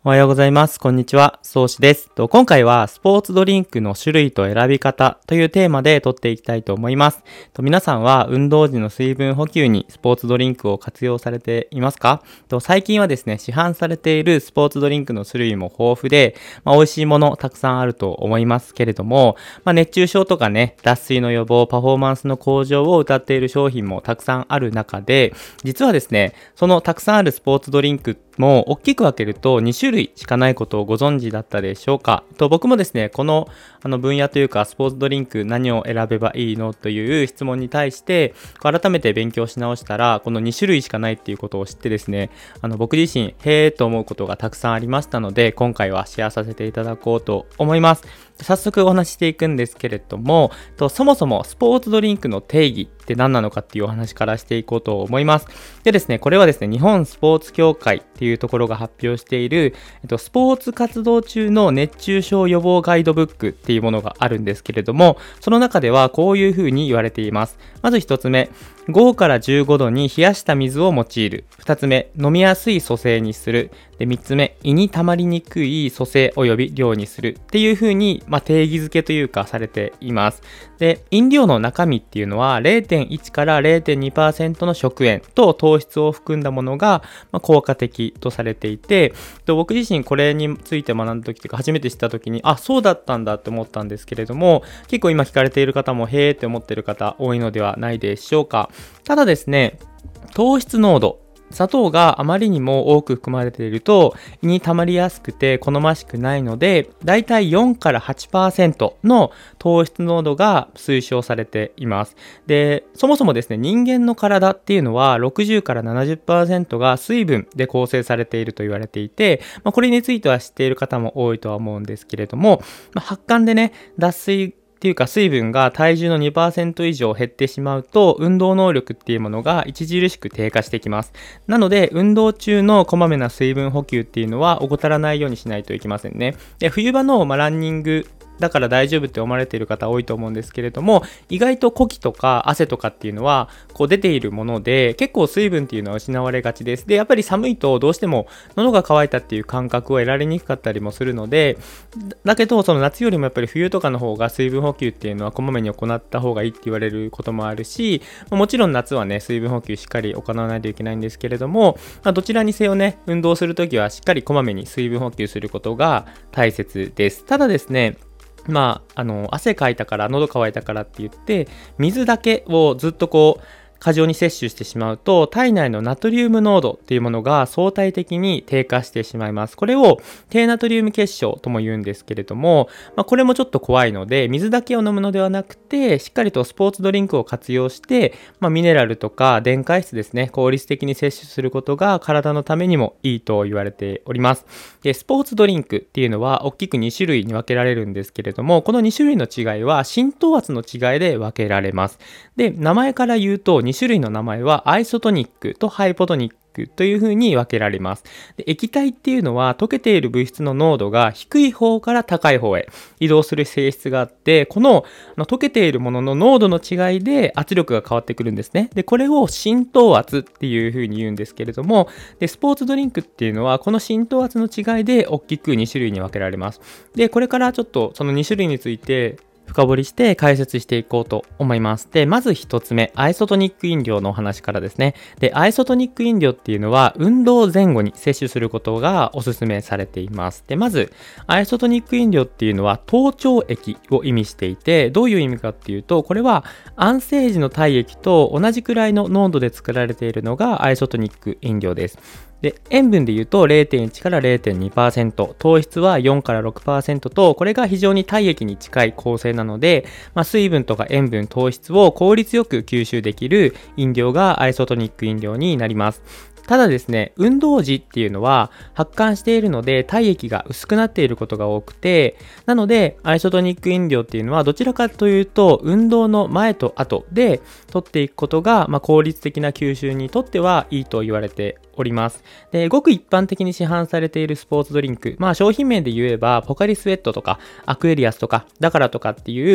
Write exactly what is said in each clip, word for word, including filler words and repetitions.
おはようございます。こんにちは。そうしです。と今回はスポーツドリンクの種類と選び方というテーマで撮っていきたいと思います。と皆さんは運動時の水分補給にスポーツドリンクを活用されていますか？と最近はですね、市販されているスポーツドリンクの種類も豊富で、まあ、美味しいものたくさんあると思いますけれども、まあ、熱中症とかね、脱水の予防、パフォーマンスの向上を謳っている商品もたくさんある中で、実はですね、そのたくさんあるスポーツドリンクもう大きく分けるとに種類しかないことをご存知だったでしょうか？と僕もですね、このあの分野というかスポーツドリンク何を選べばいいのという質問に対して改めて勉強し直したら、このに種類しかないっていうことを知ってですね、あの僕自身へーと思うことがたくさんありましたので、今回はシェアさせていただこうと思います。早速お話ししていくんですけれども、とそもそもスポーツドリンクの定義って何なのかっていうお話からしていこうと思います。でですね、これはですね、日本スポーツ協会っていうところが発表している、えっと、スポーツ活動中の熱中症予防ガイドブックっていうものがあるんですけれども、その中ではこういうふうに言われています。まず一つ目、ごからじゅうごどに冷やした水を用いる。二つ目、飲みやすい組成にする。で、三つ目、胃に溜まりにくい組成及び量にするっていう風に、まあ、定義づけというかされています。で、飲料の中身っていうのは れいてんいち から れいてんにパーセント の食塩と糖質を含んだものが、まあ、効果的とされていて、と僕自身これについて学んだ時というか初めて知った時に、あ、そうだったんだって思ったんですけれども、結構今聞かれている方もへーって思っている方多いのではないでしょうか。ただですね、糖質濃度、砂糖があまりにも多く含まれていると胃に溜まりやすくて好ましくないので、だいたいよんからはちパーセント の糖質濃度が推奨されています。で、そもそもですね、人間の体っていうのはろくじゅうからななじゅっパーセントが水分で構成されていると言われていて、まあ、これについては知っている方も多いとは思うんですけれども、まあ、発汗でね、脱水っていうか水分が体重の にパーセント 以上減ってしまうと運動能力っていうものが著しく低下してきます。なので運動中のこまめな水分補給っていうのは怠らないようにしないといけませんね。で、冬場の、まあ、ランニングだから大丈夫って思われている方多いと思うんですけれども、意外と呼気とか汗とかっていうのはこう出ているもので、結構水分っていうのは失われがちです。で、やっぱり寒いとどうしても喉が渇いたっていう感覚を得られにくかったりもするので、だけどその夏よりもやっぱり冬とかの方が水分補給っていうのはこまめに行った方がいいって言われることもあるし、もちろん夏はね水分補給しっかり行わないといけないんですけれども、まあ、どちらにせよね、運動するときはしっかりこまめに水分補給することが大切です。ただですね、まあ、あの汗かいたから喉乾いたからって言って水だけをずっとこう過剰に摂取してしまうと、体内のナトリウム濃度っていうものが相対的に低下してしまいます。これを低ナトリウム結晶とも言うんですけれども、まあ、これもちょっと怖いので、水だけを飲むのではなくて、しっかりとスポーツドリンクを活用して、まあ、ミネラルとか電解質ですね、効率的に摂取することが体のためにもいいと言われております。で、スポーツドリンクっていうのは大きくに種類に分けられるんですけれども、このに種類の違いは浸透圧の違いで分けられます。で、名前から言うとに種類の名前はアイソトニックとハイポトニックという風に分けられます。で、液体っていうのは溶けている物質の濃度が低い方から高い方へ移動する性質があって、この、あの溶けているものの濃度の違いで圧力が変わってくるんですね。で、これを浸透圧っていう風に言うんですけれども、で、スポーツドリンクっていうのはこの浸透圧の違いで大きくに種類に分けられます。で、これからちょっとそのに種類について深掘りして解説していこうと思います。で、まず一つ目、アイソトニック飲料のお話からですね。で、アイソトニック飲料っていうのは運動前後に摂取することがおすすめされています。で、まずアイソトニック飲料っていうのは頭頂液を意味していて、どういう意味かっていうと、これは安静時の体液と同じくらいの濃度で作られているのがアイソトニック飲料です。で、塩分で言うと れいてんいち から れいてんにパーセント、糖質はよんからろくパーセントと、これが非常に体液に近い構成なので、まあ、水分とか塩分、糖質を効率よく吸収できる飲料がアイソトニック飲料になります。ただですね、運動時っていうのは発汗しているので体液が薄くなっていることが多くて、なのでアイソトニック飲料っていうのはどちらかというと運動の前と後で取っていくことが、まあ、効率的な吸収にとってはいいと言われております。で、ごく一般的に市販されているスポーツドリンク、まあ商品名で言えばポカリスエットとかアクエリアスとかだからとかっていう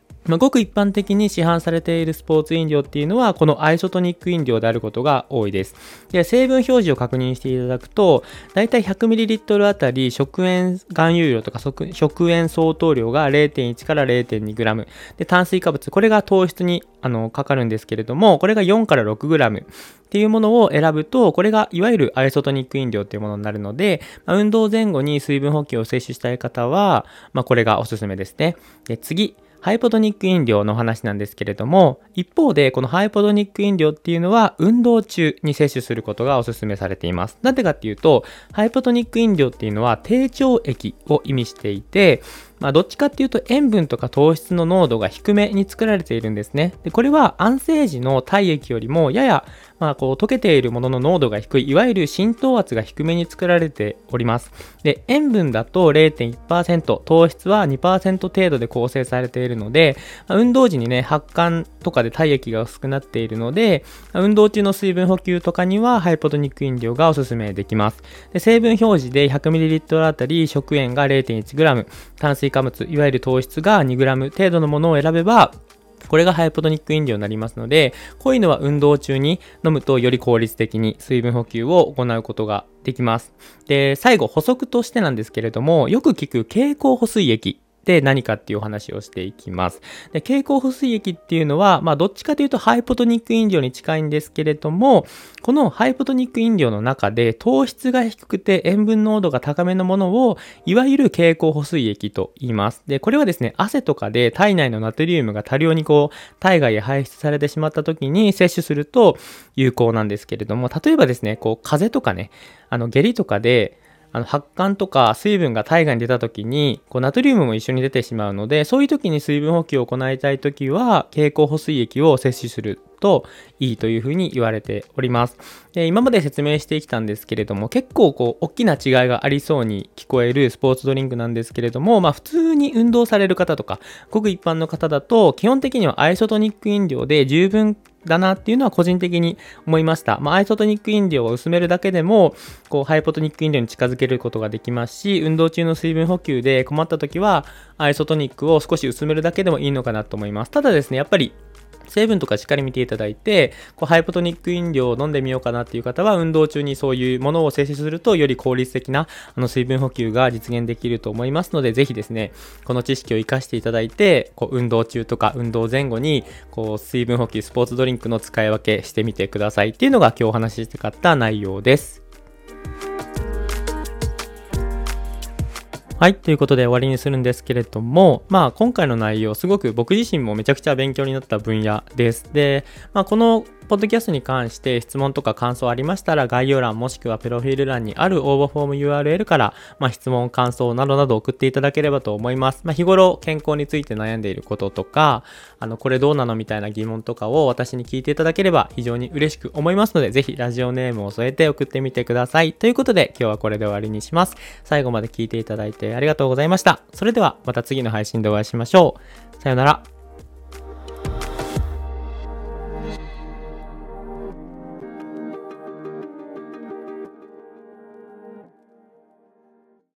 まあ、ごく一般的に市販されているスポーツ飲料っていうのはこのアイソトニック飲料であることが多いです。で、成分表示を確認していただくと、だいたい ひゃくミリリットル あたり食塩含有量とか食塩相当量が れいてんいち から れいてんにグラム。で、炭水化物、これが糖質にあのかかるんですけれども、これがよんからろくグラムっていうものを選ぶと、これがいわゆるアイソトニック飲料っていうものになるので、まあ、運動前後に水分補給を摂取したい方は、まあ、これがおすすめですね。で、次。ハイポトニック飲料の話なんですけれども、一方でこのハイポトニック飲料っていうのは運動中に摂取することがお勧めされています。なんでかっていうと、ハイポトニック飲料っていうのは低腸液を意味していて、まあ、どっちかっていうと塩分とか糖質の濃度が低めに作られているんですね。で、これは安静時の体液よりもややまあこう溶けているものの濃度が低い、いわゆる浸透圧が低めに作られております。で、塩分だと れいてんいちパーセント、糖質は にパーセント 程度で構成されているので、まあ、運動時にね、発汗とかで体液が薄くなっているので、運動中の水分補給とかにはハイポトニック飲料がおすすめできます。で、成分表示で ひゃくミリリットル あたり食塩が れいてんいちグラム、炭水化物、いわゆる糖質が にグラム 程度のものを選べば、これがハイポトニック飲料になりますので、こういうのは運動中に飲むとより効率的に水分補給を行うことができます。で、最後補足としてなんですけれども、よく聞く経口補水液で何かっていうお話をしていきます。で、経口補水液っていうのは、まあどっちかというとハイポトニック飲料に近いんですけれども、このハイポトニック飲料の中で糖質が低くて塩分濃度が高めのものをいわゆる経口補水液と言います。で、これはですね、汗とかで体内のナトリウムが多量にこう体外へ排出されてしまった時に摂取すると有効なんですけれども、例えばですね、こう風邪とかね、あの下痢とかであの発汗とか水分が体外に出た時にこうナトリウムも一緒に出てしまうので、そういう時に水分補給を行いたい時は経口補水液を摂取するといいというふうに言われております。で、今まで説明してきたんですけれども、結構こう大きな違いがありそうに聞こえるスポーツドリンクなんですけれども、まあ普通に運動される方とかごく一般の方だと基本的にはアイソトニック飲料で十分だなっていうのは個人的に思いました。まあ、アイソトニック飲料を薄めるだけでも、こう、ハイポトニック飲料に近づけることができますし、運動中の水分補給で困った時は、アイソトニックを少し薄めるだけでもいいのかなと思います。ただですね、やっぱり、成分とかしっかり見ていただいて、こうハイポトニック飲料を飲んでみようかなっていう方は、運動中にそういうものを摂取すると、より効率的なあの水分補給が実現できると思いますので、ぜひですね、この知識を活かしていただいて、こう運動中とか運動前後に、こう水分補給、スポーツドリンクの使い分けしてみてくださいっていうのが今日お話ししたかった内容です。はい。ということで終わりにするんですけれども、まあ今回の内容、すごく僕自身もめちゃくちゃ勉強になった分野です。で、まあこのポッドキャストに関して質問とか感想ありましたら、概要欄もしくはプロフィール欄にある応募フォーム ユーアールエル から、まあ質問、感想などなど送っていただければと思います。まあ日頃健康について悩んでいることとか、あの、これどうなのみたいな疑問とかを私に聞いていただければ非常に嬉しく思いますので、ぜひラジオネームを添えて送ってみてください。ということで今日はこれで終わりにします。最後まで聞いていただいてありがとうございました。それではまた次の配信でお会いしましょう。さよなら。